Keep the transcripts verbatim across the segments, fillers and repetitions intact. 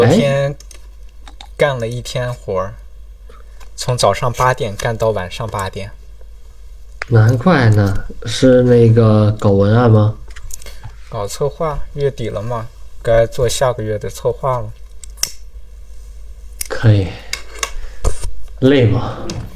昨天干了一天活儿，从早上八点干到晚上八点。 难怪呢，是那个搞文案吗？ 搞策划，月底了嘛，该做下个月的策划了。 可以。累吗？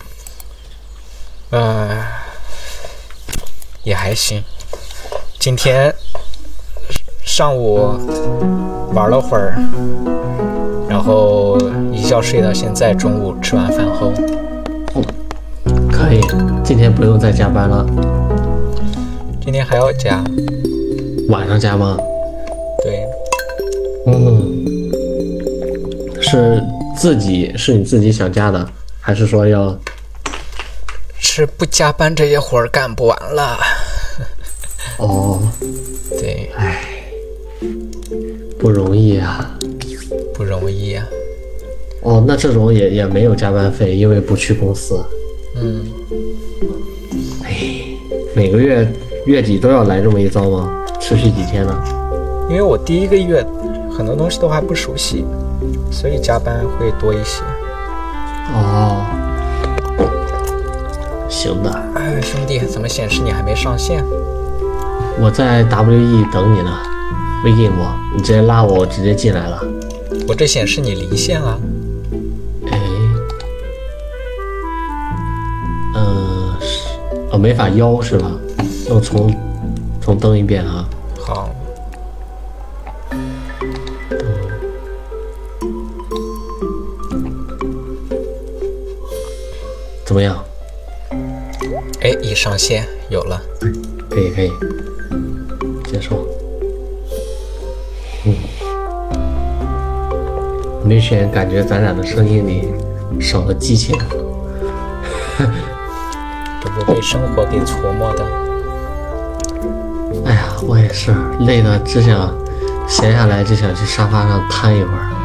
呃，也还行。今天上午玩了会儿，然后一觉睡到现在，中午吃完饭后。 可以，今天不用再加班了。 今天还要加。 晚上加吗？ 对。 嗯，是自己是你自己想加的，还是说要？ 是不加班这些活儿干不完了。 哦。 对。 唉，不容易啊。 不容易啊。 哦，那这种也也没有加班费，因为不去公司。 嗯。 唉，每个月月底都要来这么一遭吗？持续几天呢？ 因为我第一个月很多东西都还不熟悉，所以加班会多一些。 哦，行的。 哎，兄弟，怎么显示你还没上线？ 我在 W E 等你呢，微信我，你直接拉我，我直接进来了。 我这显示你离线了。 哎，嗯，是，哦，没法邀是吧？那我重重登一遍啊。 好。 怎么样？ 哎，已上线，有了。 可以可以，接受。嗯，明显感觉咱俩的声音里少了激情。 都不被生活给琢磨的。 哎呀，我也是累的，只想闲下来，就想去沙发上瘫一会儿。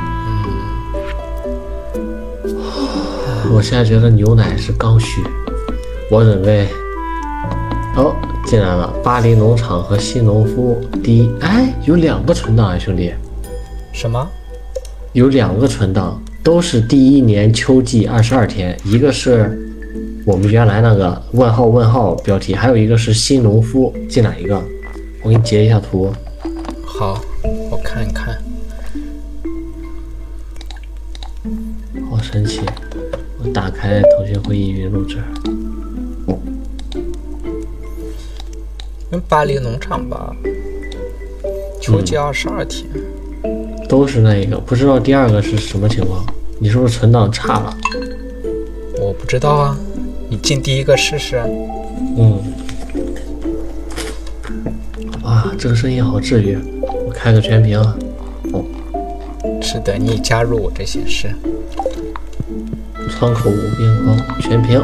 我现在觉得牛奶是刚需，我准备哦进来了，巴黎农场和新农夫第一，哎，有两个存档啊，兄弟。 什么？ 有两个存档，都是第一年秋季二十二天，一个是我们原来那个问号问号标题，还有一个是新农夫，进哪一个？我给你截一下图。 好，我看一看。 好神奇。我打开腾讯会议云录制， 跟巴黎农场吧，秋季二十二天、 嗯，都是那一个，不知道第二个是什么情况？你是不是存档差了？ 我不知道啊，你进第一个试试。 嗯，哇，这个声音好治愈，我开个全屏。哦， 是的，你已加入我这显示。 窗口无边框，全屏。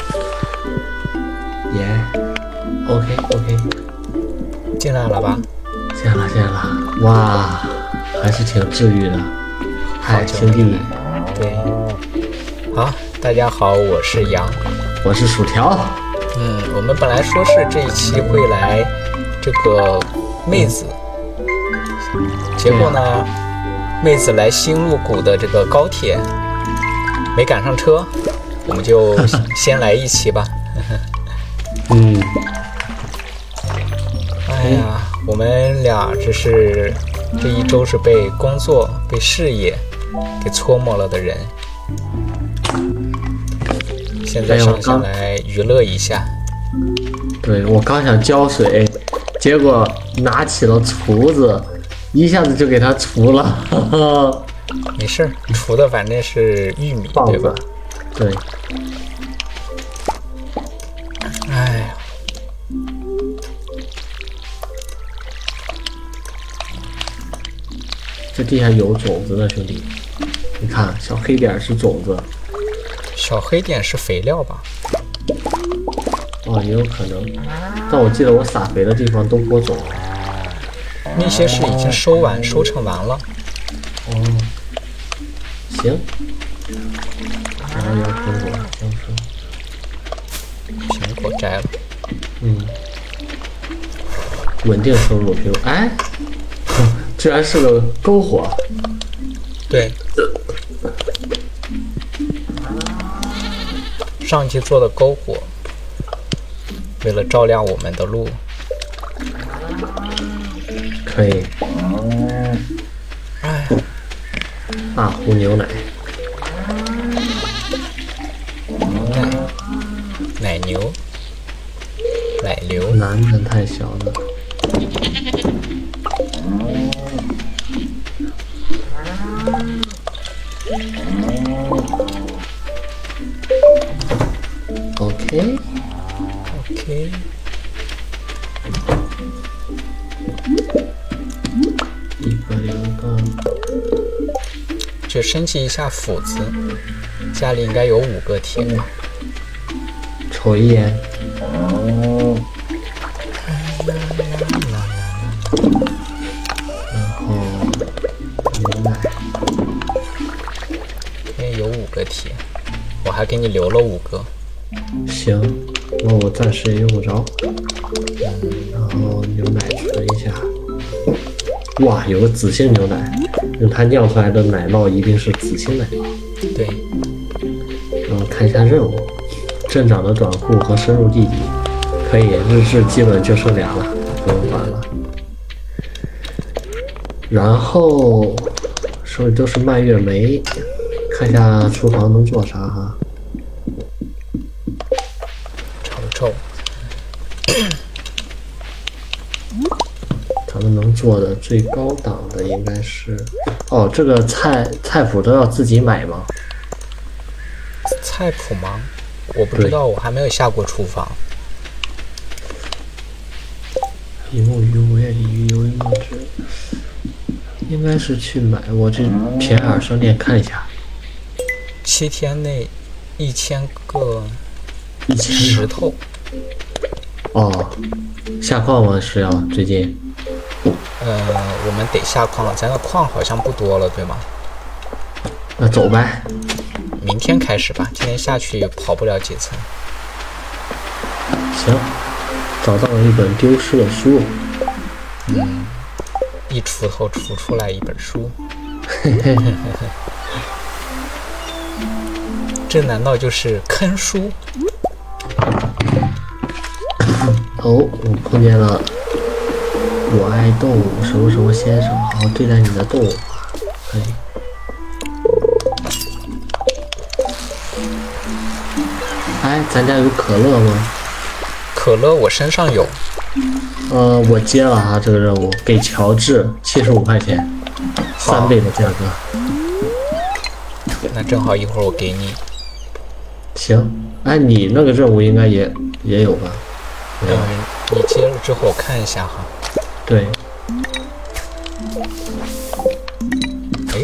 耶、yeah ，OK OK， 进来了吧？ 进来了进来了，哇，还是挺治愈的。嗨，兄弟。 对。好，大家好，我是杨， 我是薯条。 嗯，我们本来说是这一期会来这个妹子，结果呢，啊、妹子来新入股的这个高铁。没赶上车，我们就先来一期吧。 嗯。 哎呀，我们俩这是这一周是被工作、被事业给搓磨了的人，现在上线来娱乐一下。 对，我刚想浇水，结果拿起了锄子，一下子就给它锄了。呵呵， 没事，锄的反正是玉米，对吧？ 对。 哎呀， 这地下有种子呢，兄弟。你看，小黑点是种子。 小黑点是肥料吧？ 哦，也有可能。但我记得我撒肥的地方都播种了。 那些是已经收完、收成完了。 哦。行，然后要苹果，香橙， 苹果摘了， 嗯，稳定收入，苹果，哎，居然是个篝火， 对，上一期做的篝火，为了照亮我们的路。 可以。 哎， 大壶牛奶， 奶奶牛，奶牛， 男的太小了。OK OK， 一个流动， 去升级一下斧子，家里应该有五个铁吧？ 瞅一眼。然后牛奶， 也有五个铁，我还给你留了五个。 行，那我暂时也用不着。然后牛奶存一下。哇，有个紫星牛奶，用它酿出来的奶酪一定是紫星奶酪。 对， 然后看一下任务，镇长的短裤和深入地底，可以，日志基本就剩俩了，不用管了。然后手里都是蔓越莓，看一下厨房能做啥哈。 瞅瞅， 咱们能做的最高档的应该是，哦，这个菜菜谱都要自己买吗？ 菜谱吗？我不知道，我还没有下过厨房。 比目鱼、无叶鲤鱼、鱿鱼墨汁，应该是去买。我去平海商店看一下。 七天内一千个一千石头。 哦，下矿吗？是要最近？ 呃，我们得下矿了，咱的矿好像不多了，对吗？ 那走呗。 明天开始吧，今天下去跑不了几层。 行，找到了一本丢失的书。 嗯，一锄头锄出来一本书。这难道就是坑书？ 哦，我碰见了。我爱动物，什么什么先生，好好对待你的动物。可以。哎，咱家有可乐吗？ 可乐我身上有。 呃，我接了哈这个任务，给乔治七十五块钱，三倍的价格。 那正好一会儿我给你。 行，哎，你那个任务应该也也有吧？ 嗯，你接了之后我看一下哈。 对。 哎，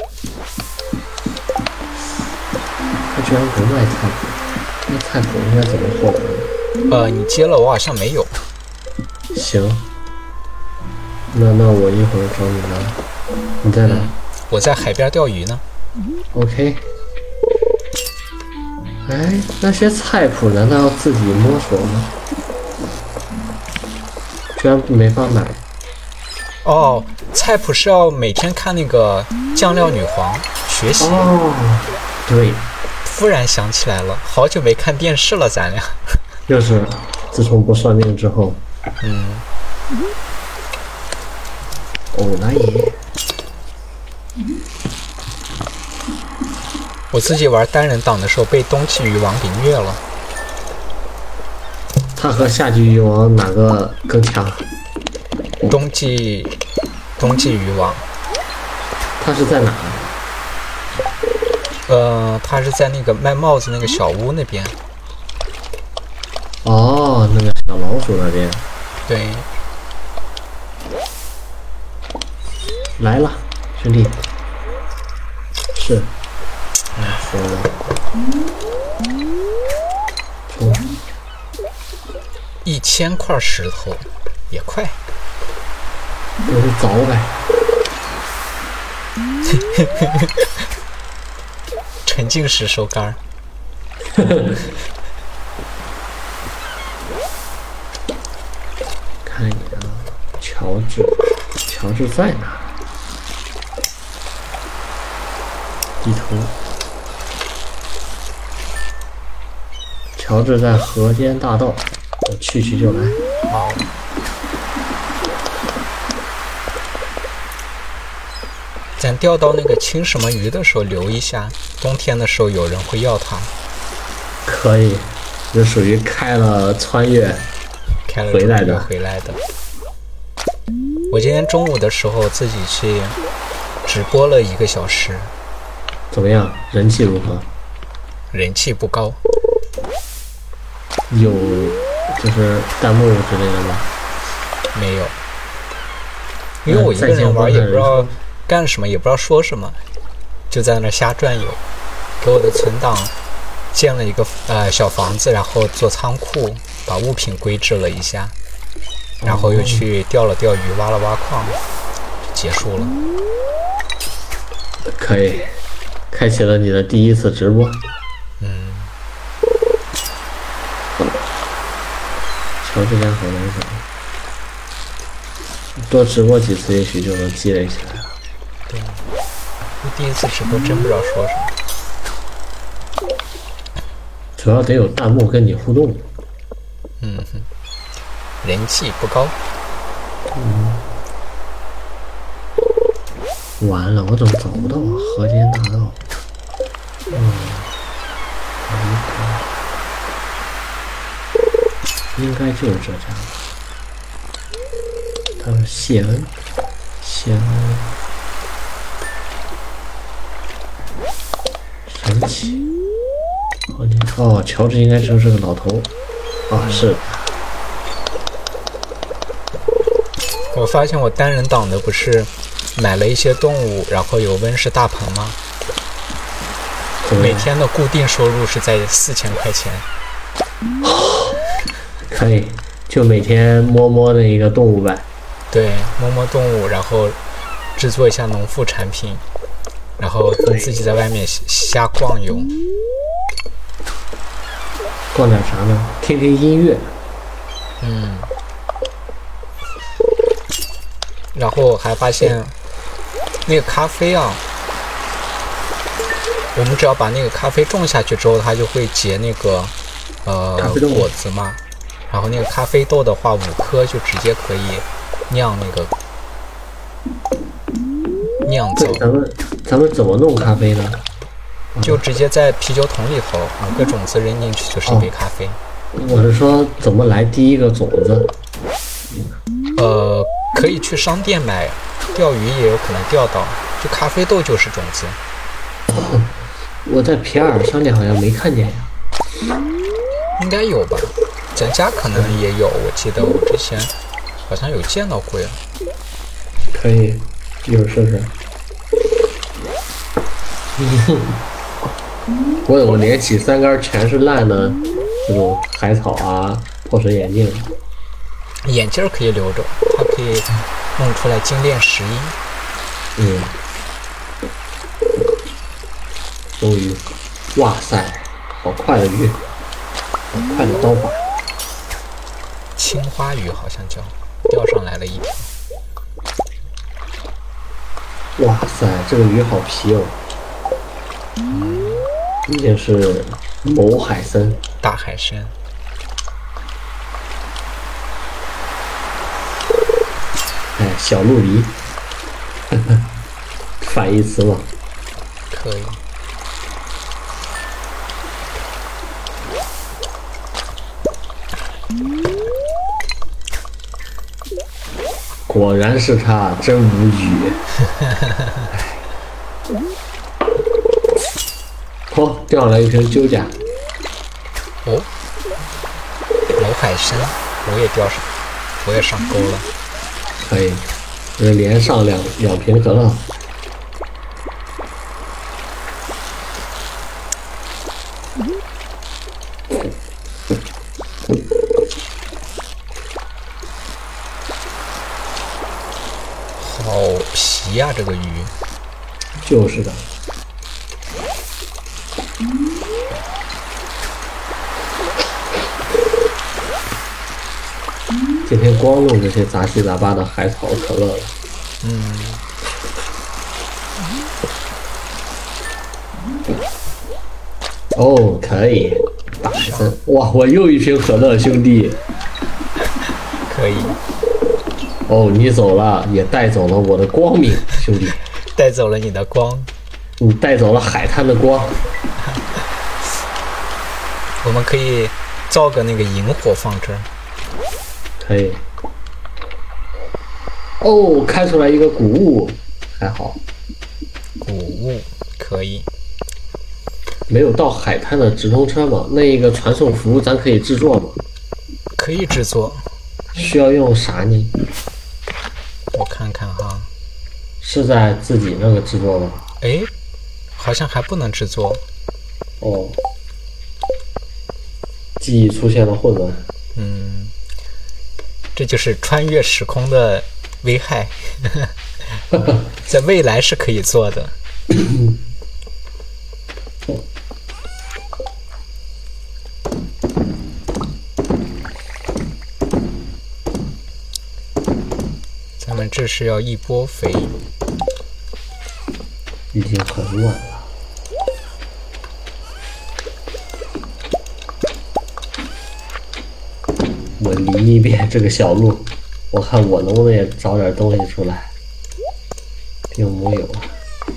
他居然不卖菜谱，那菜谱应该怎么获得呢？ 呃，你接了，我好像没有。 行，那那我一会儿找你拿。你在哪？ 嗯，我在海边钓鱼呢。 OK。哎，那些菜谱难道要自己摸索吗？居然没法买。 哦，菜谱是要每天看那个酱料女皇学习。 哦，对。 突然想起来了，好久没看电视了，咱俩。 就是自从不算命之后。 嗯。 哦，那也。 我自己玩单人档的时候被冬季渔王给虐了。 他和夏季渔王哪个更强？ 冬季，冬季渔王。 他是在哪？ 呃，他是在那个卖帽子那个小屋那边。 哦，那个小老鼠那边。 对。 来了，兄弟。是。说了。冲。 一千块石头，也快。 都是凿呗。 沉浸式收杆。 看一眼啊，乔治，乔治在哪？ 地图。乔治在河间大道，我去去就来。 好。咱钓到那个青什么鱼的时候留一下，冬天的时候有人会要它。 可以，这属于开了穿越开了回来的回来的。我今天中午的时候自己去直播了一个小时。 怎么样？人气如何？ 人气不高。 有就是弹幕之类的吗？ 没有，因为我一个人玩也不知道干什么，也不知道说什么，就在那瞎转悠。给我的存档建了一个呃小房子，然后做仓库，把物品归置了一下，然后又去钓了钓鱼，挖了挖矿，结束了。 可以，开启了你的第一次直播。 嗯。 乔治家好难找，多直播几次，也许就能积累起来了。 对，我第一次直播真不知道说什么。 主要得有弹幕跟你互动。 嗯哼，人气不高。 嗯。完了，我怎么找不到啊？河间大道。嗯。应该就是这家。他是谢恩，谢恩，神奇。哦，乔治应该就是个老头。啊，是。 我发现我单人档的不是买了一些动物，然后有温室大棚吗？每天的固定收入是在四千块钱。 可以，就每天摸摸那个动物呗。 对，摸摸动物，然后制作一下农副产品，然后自己在外面瞎逛悠。 逛点啥呢？听听音乐。 嗯。然后还发现那个咖啡啊，我们只要把那个咖啡种下去之后，它就会结那个呃果子嘛。然后那个咖啡豆的话，五颗就直接可以酿那个酿造。 咱们咱们怎么弄咖啡呢？ 就直接在啤酒桶里头，五个种子扔进去就是一杯咖啡。 哦、我是说怎么来第一个种子？ 呃，可以去商店买，钓鱼也有可能钓到。就咖啡豆就是种子。 哦、我在皮尔商店好像没看见呀。 应该有吧？咱家可能也有，我记得我之前好像有见到过呀。 可以，一会儿试试。我我连起三杆全是烂的这种海草啊，破水眼镜。 眼镜可以留着，它可以弄出来精炼石英。 嗯。终于，哇塞，好快的鱼，好快的刀法。 青花鱼好像叫，钓上来了一条。 哇塞，这个鱼好皮哦！一定是某海参， 大海参。 哎，小陆离，反义词嘛。 可以。 果然是他，真无语。哦，钓上来一瓶鸠甲。 哦，某海参，我也钓上，我也上钩了。 可以，这连上两两瓶可乐。 好皮呀、啊，这个鱼。 就是的。今天光弄这些杂七杂八的海草可乐了。 嗯。 哦，可以。大声！哇，我又一瓶可乐，兄弟。 可以。 哦，你走了，也带走了我的光明，兄弟。 带走了你的光。 你带走了海滩的光。 我们可以造个那个萤火放这儿。 可以。哦，开出来一个谷物，还好。 谷物可以。 没有到海滩的直通车吗？那一个传送服咱可以制作吗？ 可以制作。 需要用啥呢？ 我看看哈。 是在自己那个制作吗？ 哎，好像还不能制作。 哦。记忆出现了混乱。 嗯，这就是穿越时空的危害。在未来是可以做的。咱们这是要一波肥。 已经很晚了。我离一遍这个小路，我看我能不能也找点东西出来。并没有啊。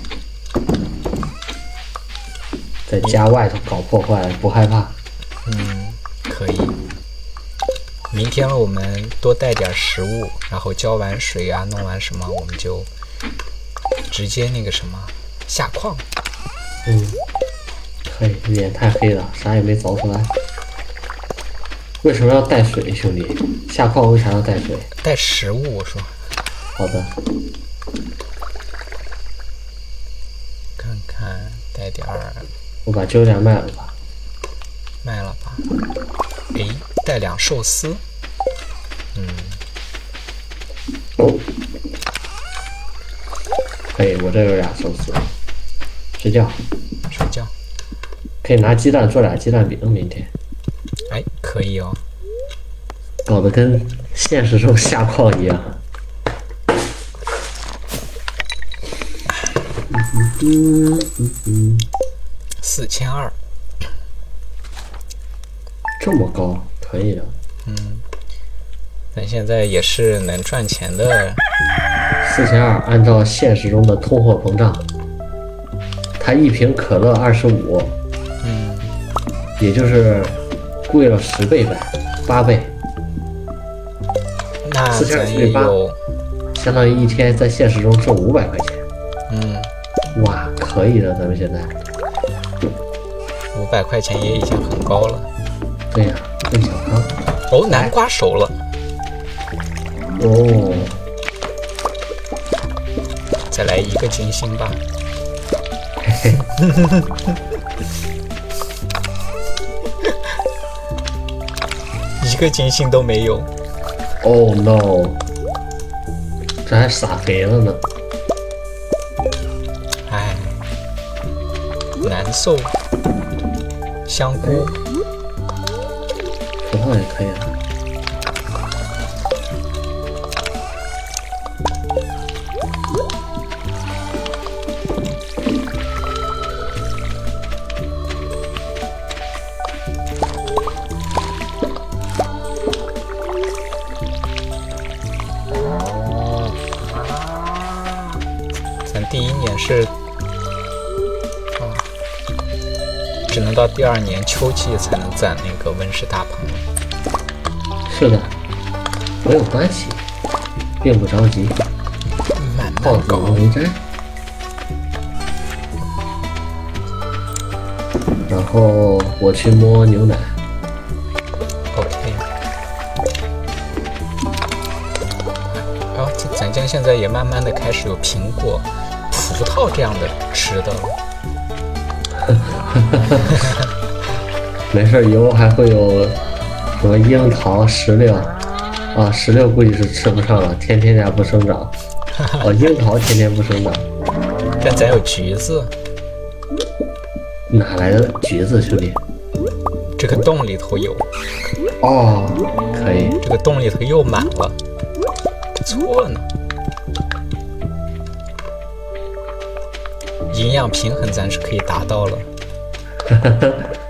在家外头搞破坏不害怕。 嗯，可以。明天我们多带点食物，然后浇完水啊，弄完什么，我们就直接那个什么下矿。 嗯，可以。脸太黑了，啥也没凿出来。为什么要带水，兄弟？下矿为啥要带水？ 带食物，我说。 好的。 看看，带点儿。 我把鸠点卖了吧。 卖了吧。诶，带两寿司。嗯。 哦。可以，我这有俩寿司。睡觉。 睡觉。 可以拿鸡蛋做俩鸡蛋饼，明天。 哎，可以哦。 搞得跟现实中下矿一样。嗯嗯嗯。 四千二。 这么高，可以的。 嗯。咱现在也是能赚钱的。 四千二，按照现实中的通货膨胀，它一瓶可乐二十五。 嗯。 也就是贵了十倍呗，八倍。 那四千二除以八，相当于一天在现实中挣五百块钱。 嗯。 哇，可以的，咱们现在。 五百块钱也已经很高了。 对呀、啊，更小康。 哦，南瓜熟了。 哦。 再来一个金星吧。 嘿嘿。 一个金星都没有。 Oh no！ 这还撒肥了呢。 哎，难受。香菇。 葡萄也可以了。 第一年是，啊，只能到第二年秋季才能攒那个温室大棚。 是的，没有关系，并不着急。 慢慢搞。 为斋。然后我去摸牛奶。 OK。然后咱家现在也慢慢的开始有苹果。葡萄这样的吃的了。 没事，以后还会有什么樱桃、石榴啊，石榴估计是吃不上了，天天家不生长。哦，樱桃天天不生长。 但咱有橘子。 哪来的橘子，兄弟？ 这个洞里头有。 哦，可以。 这个洞里头又满了，不错呢。营养平衡咱是可以达到了。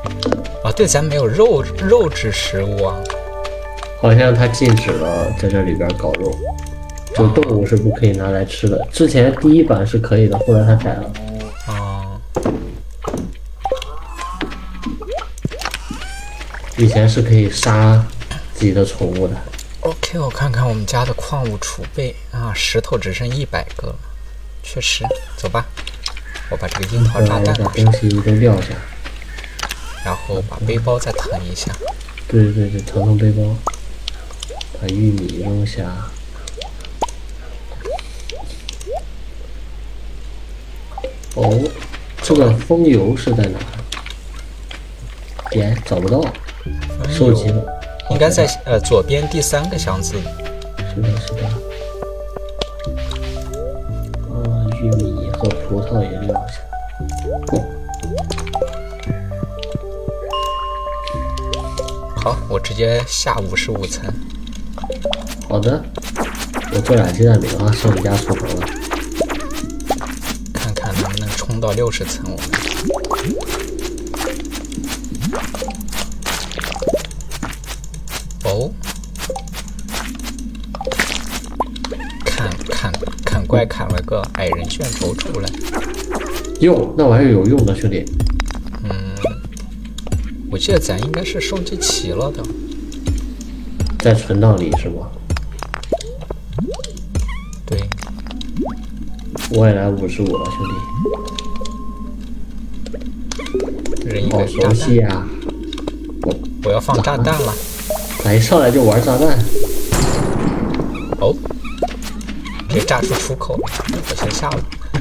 啊，对，咱没有肉肉质食物啊。 好像它禁止了在这里边搞肉，就动物是不可以拿来吃的。之前第一版是可以的，后来它改了。 啊， 以前是可以杀自己的宠物的。 OK， 我看看我们家的矿物储备啊，石头只剩一百个了，确实，走吧，我把这个樱桃炸弹把拿上， 东西都撂下， 然后把背包再腾一下。 对对对，腾腾背包，把玉米扔下。哦，这个风油是在哪？点找不到，收集了。 应该在呃左边第三个箱子里。 是的，是的。啊，玉米和葡萄也撂下。 好，我直接下五十五层。 好的，我做俩鸡蛋饼啊，上你家厨房了。 看看能不能冲到六十层。我们哦，砍砍砍怪砍了个矮人卷轴出来。 哟，那玩意儿有用的，兄弟。 嗯，我记得咱应该是收集齐了的。 在存档里是吗？ 对。 我也来五十五了，兄弟。 扔一个好炸弹。 熟悉啊！我我要放炸弹了。 咋一上来就玩炸弹？ 哦，给炸出出口了，我先下了。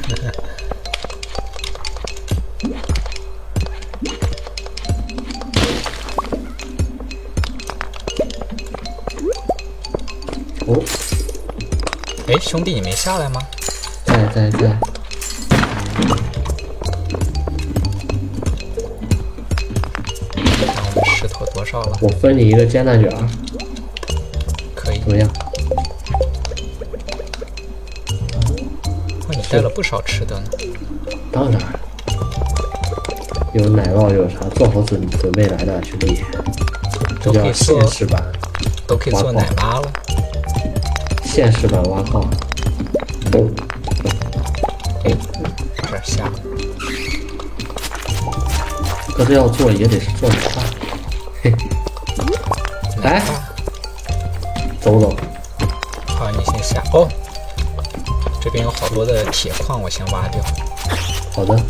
哦， 哎，兄弟，你没下来吗？ 在在在。 看我们石头多少了？ 我分你一个煎蛋卷儿， 可以。 怎么样？ 哦，你带了不少吃的呢。 当然，有奶酪有啥，做好准准备来的，兄弟。这都可以叫现做， 实版， 都可以做奶妈了。 现实版挖矿。哦， 这儿下了。 可是要做也得是做奶饭。嘿，来，走走。 好，你先下。哦，这边有好多的铁矿，我先挖掉。 好的。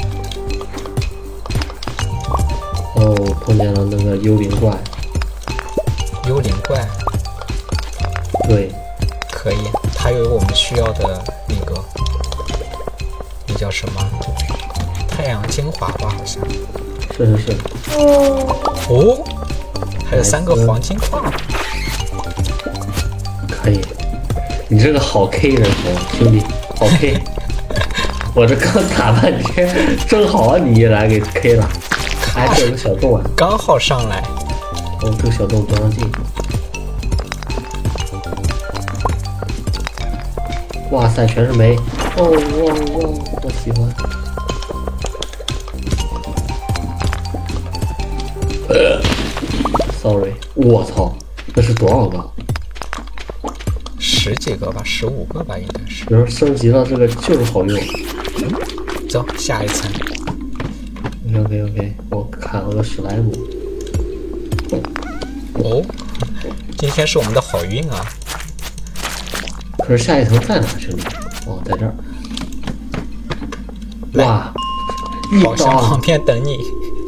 哦，碰见了那个幽灵怪。 幽灵怪。 对。 可以，它有我们需要的那个，那叫什么？太阳精华吧，好像。 是是是。 哦，还有三个黄金矿。 可以，你这个好 K 人头，兄弟，好 K。我这刚打半天，正好啊，你一来给 K 了。还是有个小洞啊， 刚好上来。 哦，这个小洞不让进。哇塞，全是煤！哦哇哇，我喜欢。呃 ，sorry， 我操，这是多少个？ 十几个吧，十五个吧，应该是。 比如升级了，这个就是好用。 走，下一层。 OK OK， 我砍了个史莱姆。 哦，今天是我们的好运啊！ 可是下一层在哪，兄弟？哦，在这儿。哇，一宝箱旁边等你。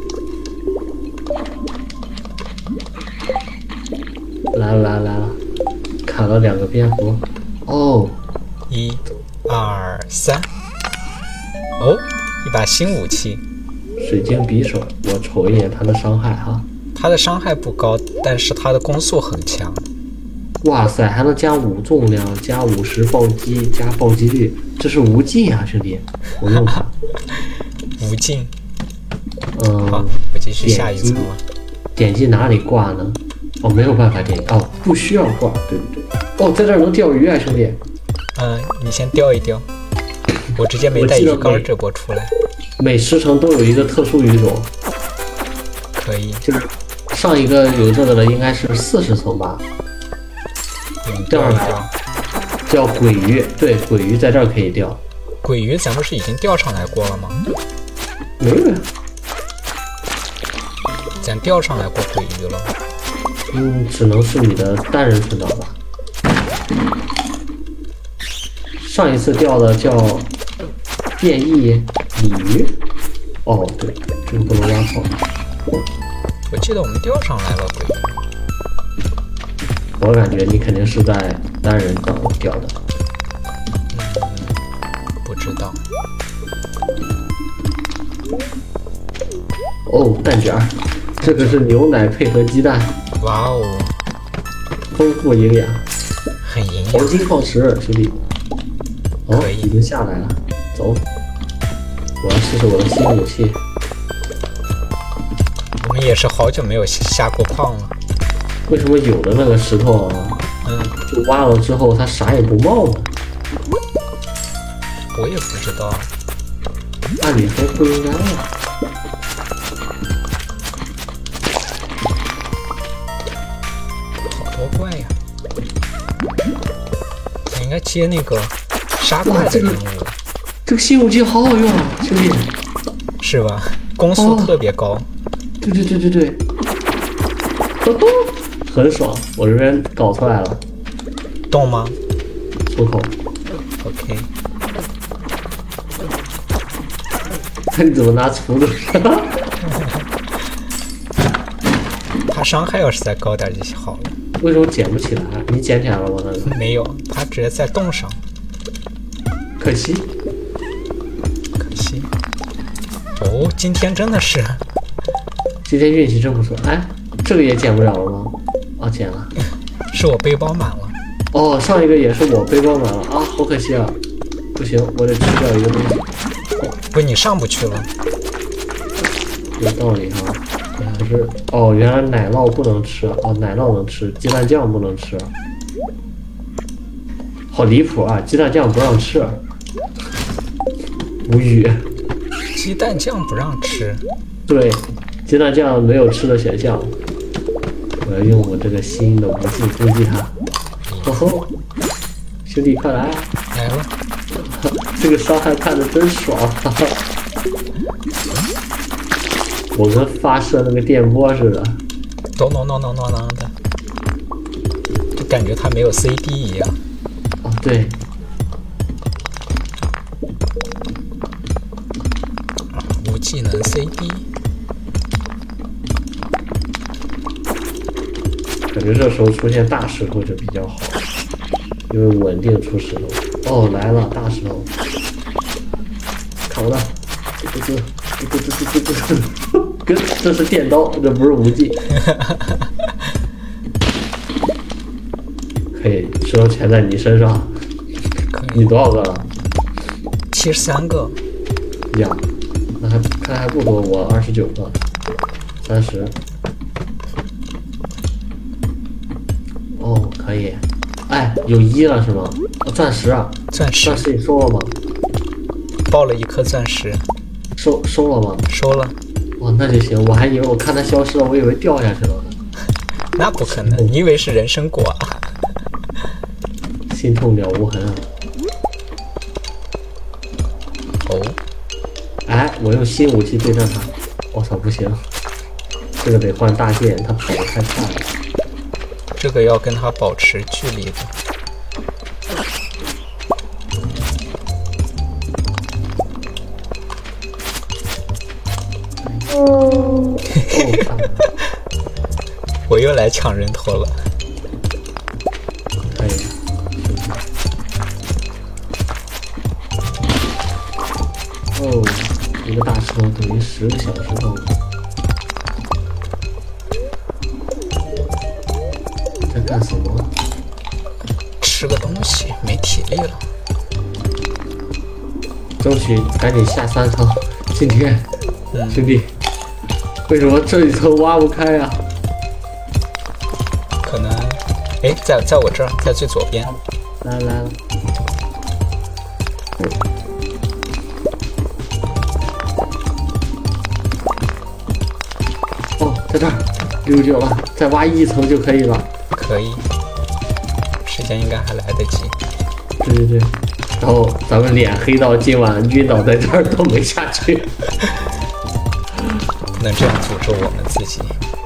来了来了来了，砍了两个蝙蝠。哦， 一、二、三。哦，一把新武器。 水晶匕首，我瞅一眼它的伤害哈。 它的伤害不高，但是它的攻速很强。 哇塞，还能加五重量，加五十暴击，加暴击率，这是无尽啊，兄弟！我用它。 无尽。 嗯。 好，我继续下一层了。 点击哪里挂呢？哦，没有办法点哦，不需要挂。对对对。哦，在这儿能钓鱼啊，兄弟。 嗯，你先钓一钓。我直接没带鱼竿这波出来。 每十层都有一个特殊鱼种。 可以。 就是上一个有这个的应该是四十层吧， 嗯， 钓上来钓了，叫鬼鱼，对，鬼鱼在这儿可以钓。 鬼鱼咱不是已经钓上来过了吗？ 没有呀， 咱钓上来过鬼鱼了。 嗯，只能是你的单人存档吧。上一次钓的叫变异鲤鱼，哦，对，这个不能拉炮。 我记得我们钓上来了鬼鱼。 我感觉你肯定是在单人档钓的。 不知道。 哦，蛋卷儿，这个是牛奶配合鸡蛋， 哇哦， 丰富营养， 很营养黄。金矿石，兄弟。哦可，以已经下来了，走。我要试试我的新武器。 我们也是好久没有下过矿了。 为什么有的那个石头啊， 嗯， 就挖了之后它啥也不冒呢？ 我也不知道。 按理说不应该呀。 好多怪呀！咱应该接那个杀怪的任务， 这个新武器好好用啊，兄弟。 是吧？攻速哦特别高。 对对对对对，呵呵，很爽。我这边搞出来了， 动吗出口。 ？OK， 看你怎么拿锄头。 它伤害要是再高点就好了。 为什么捡不起来？你捡起来了吗？那个没有，它直接在洞上， 可惜。 可惜。哦，今天真的是今天运气真不错。哎，这个也捡不了了吗？啊，捡了。 是我背包满了。 哦，上一个也是我背包满了啊，好可惜啊！不行，我得吃掉一个东西。 不，你上不去了。 有道理哈、可是哦，原来奶酪不能吃哦，奶酪能吃，鸡蛋酱不能吃，好离谱啊！鸡蛋酱不让吃，无语。 鸡蛋酱不让吃， 对，鸡蛋酱没有吃的选项。我要用我这个新的武器攻击它。吼吼，兄弟快来啊！ 来了。 这个伤害看着真爽，哈哈。我跟发射那个电波似的。 咚咚咚咚咚咚的，就感觉它没有 C D 一样。 哦，对。 无技能 C D， 感觉这时候出现大石头就比较好，因为稳定出石头。哦，来了大石头，看我的，嘟嘟嘟嘟嘟嘟嘟嘟嘟，跟这是电刀，这不是无技。可以，石头全在你身上。 可以。 你多少个了？ 七十三个。 呀，那还看还不多，我二十九个，三十。哦，可以。哎，有一了是吗？哦，钻石啊！ 钻石钻石你收了吗？ 爆了一颗钻石， 收收了吗？ 收了。 哦，那就行。我还以为我看它消失了，我以为掉下去了呢。 那不可能，你以为是人参果啊？ 心痛了无痕啊！ 哦， 哎，我用新武器对战它。我操，不行，这个得换大剑，它跑得太快了。 这个要跟它保持距离的。 哦， 我又来抢人头了。 可以。哦，一个大石头等于十个小石头。在干什么？ 吃个东西，没体力了。 争取赶紧下三层。今天， 嗯兄弟，为什么这一层挖不开呀、 可能，哎，在在我这儿，在最左边。 来了来了。哦， 在这儿，六十九了，再挖一层就可以了。 可以，时间应该还来得及。 对对对，然后咱们脸黑到今晚晕倒在这儿都没下去。 不能这样诅咒我们自己。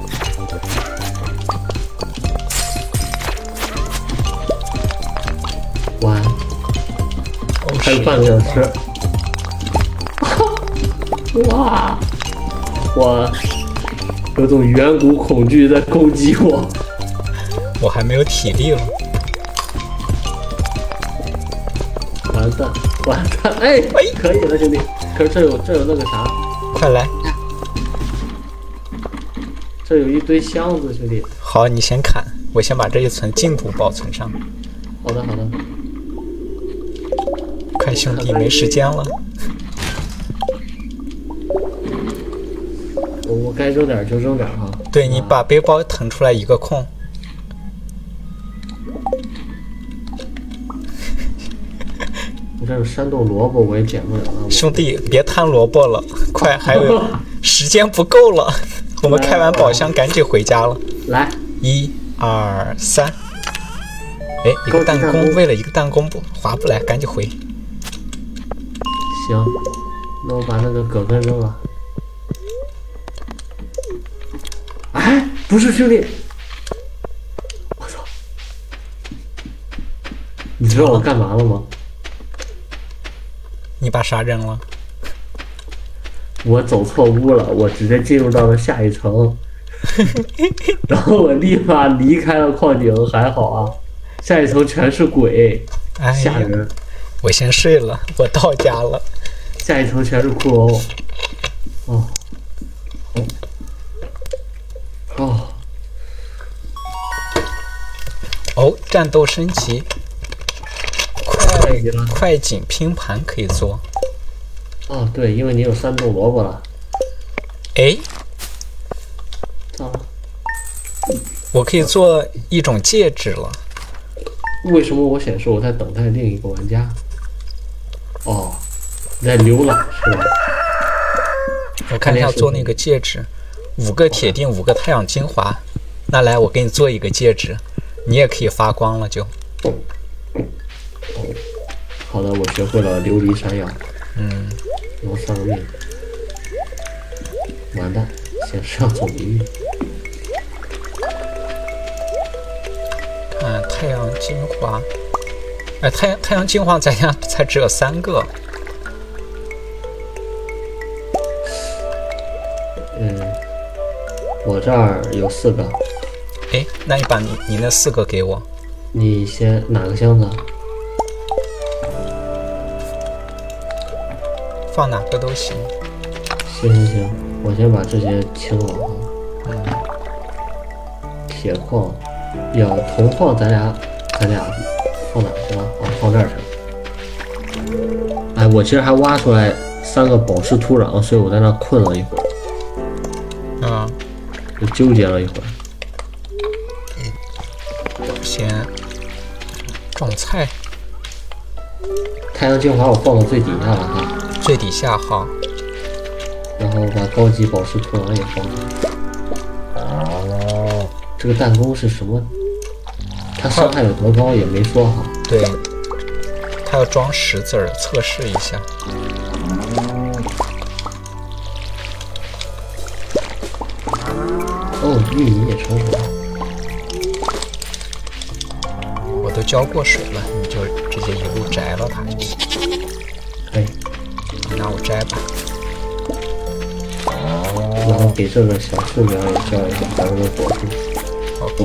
完， 哦， 还有半个小时。哇，我有种远古恐惧在攻击我。 我还没有体力了。 完蛋，完蛋！哎哎，可以了，兄弟。可是这有这有那个啥， 快来！ 这有一堆箱子，兄弟。 好，你先砍，我先把这一层进度保存上。 好的好的。 快，兄弟，没时间了。 我我该扔点就扔点哈。 对，你把背包腾出来一个空。 我这有山洞萝卜，我也捡不了了。 兄弟，别贪萝卜了，快，还有时间不够了。我们开完宝箱赶紧回家了。 来， 一二三。哎，一个弹弓，为了一个弹弓不划不来，赶紧回。 行，那我把那个葛根扔了。哎，不是兄弟，我操！你知道我干嘛了吗？ 你把啥扔了？ 我走错屋了，我直接进入到了下一层，然后我立马离开了矿井，还好啊。下一层全是鬼， 哎吓人。 我先睡了，我到家了。 下一层全是骷髅。哦，哦， 哦，战斗升级，快快井拼盘可以做。 哦，对，因为你有三种萝卜了。 哎， 咋了？ 我可以做一种戒指了。 为什么我显示我在等待另一个玩家？哦，你在浏览是吧？ 我看一下做那个戒指，五个铁锭，五个太阳精华。那来，我给你做一个戒指，你也可以发光了就。 哦，好的，我学会了琉璃山药。 嗯， 能上个命。完蛋，显示要走一命。 看太阳精华，哎，太阳太阳精华咱家才只有三个。 嗯，我这儿有四个。 哎，那你把你你那四个给我。 你先哪个箱子？ 放哪个都行。 行行行，我先把这些清了啊。 嗯。 铁矿，要铜矿，咱俩咱俩放哪去了？啊，放这儿去了。哎，我其实还挖出来三个宝石土壤，所以我在那困了一会儿。 嗯。 就纠结了一会儿。 先种菜。 太阳精华我放到最底下了哈。 最底下哈。 然后把高级宝石土壤也放上。哦。这个弹弓是什么？它伤害有多高也没说哈。 对。它要装石子儿测试一下。 哦，玉米也成熟了。 我都浇过水了，你就直接一路摘了它就行。 可以。 那我摘吧。 然后给这个小树苗也浇一下，咱们的果树。 好多。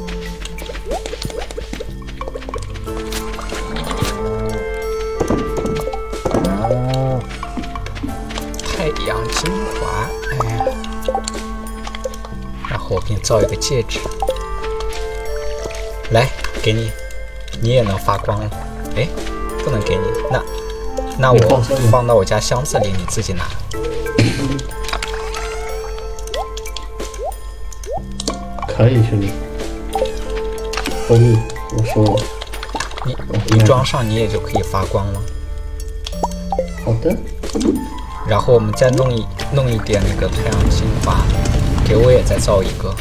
太阳精华，哎呀。然后我给你造一个戒指。来，给你，你也能发光了。哎，不能给你，那那我放到我家箱子里，你自己拿。 可以，兄弟。蜂蜜，我收了。 你你装上，你也就可以发光了。 好的。 然后我们再弄一弄一点那个太阳精华。 给我也再造一个。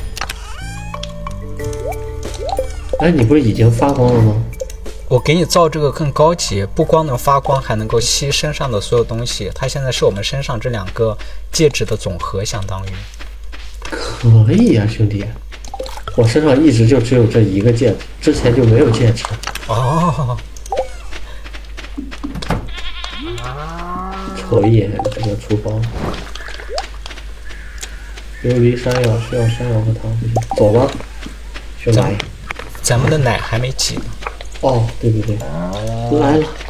哎，你不是已经发光了吗？ 我给你造这个更高级，不光能发光，还能够吸身上的所有东西。它现在是我们身上这两个戒指的总和，相当于。 可以呀、啊，兄弟。我身上一直就只有这一个戒指，之前就没有戒指。 哦。 瞅一眼这个厨房。琉璃山药需要山药和糖，走吧，兄弟。 咱们的奶还没挤呢。 哦，对对对，来了。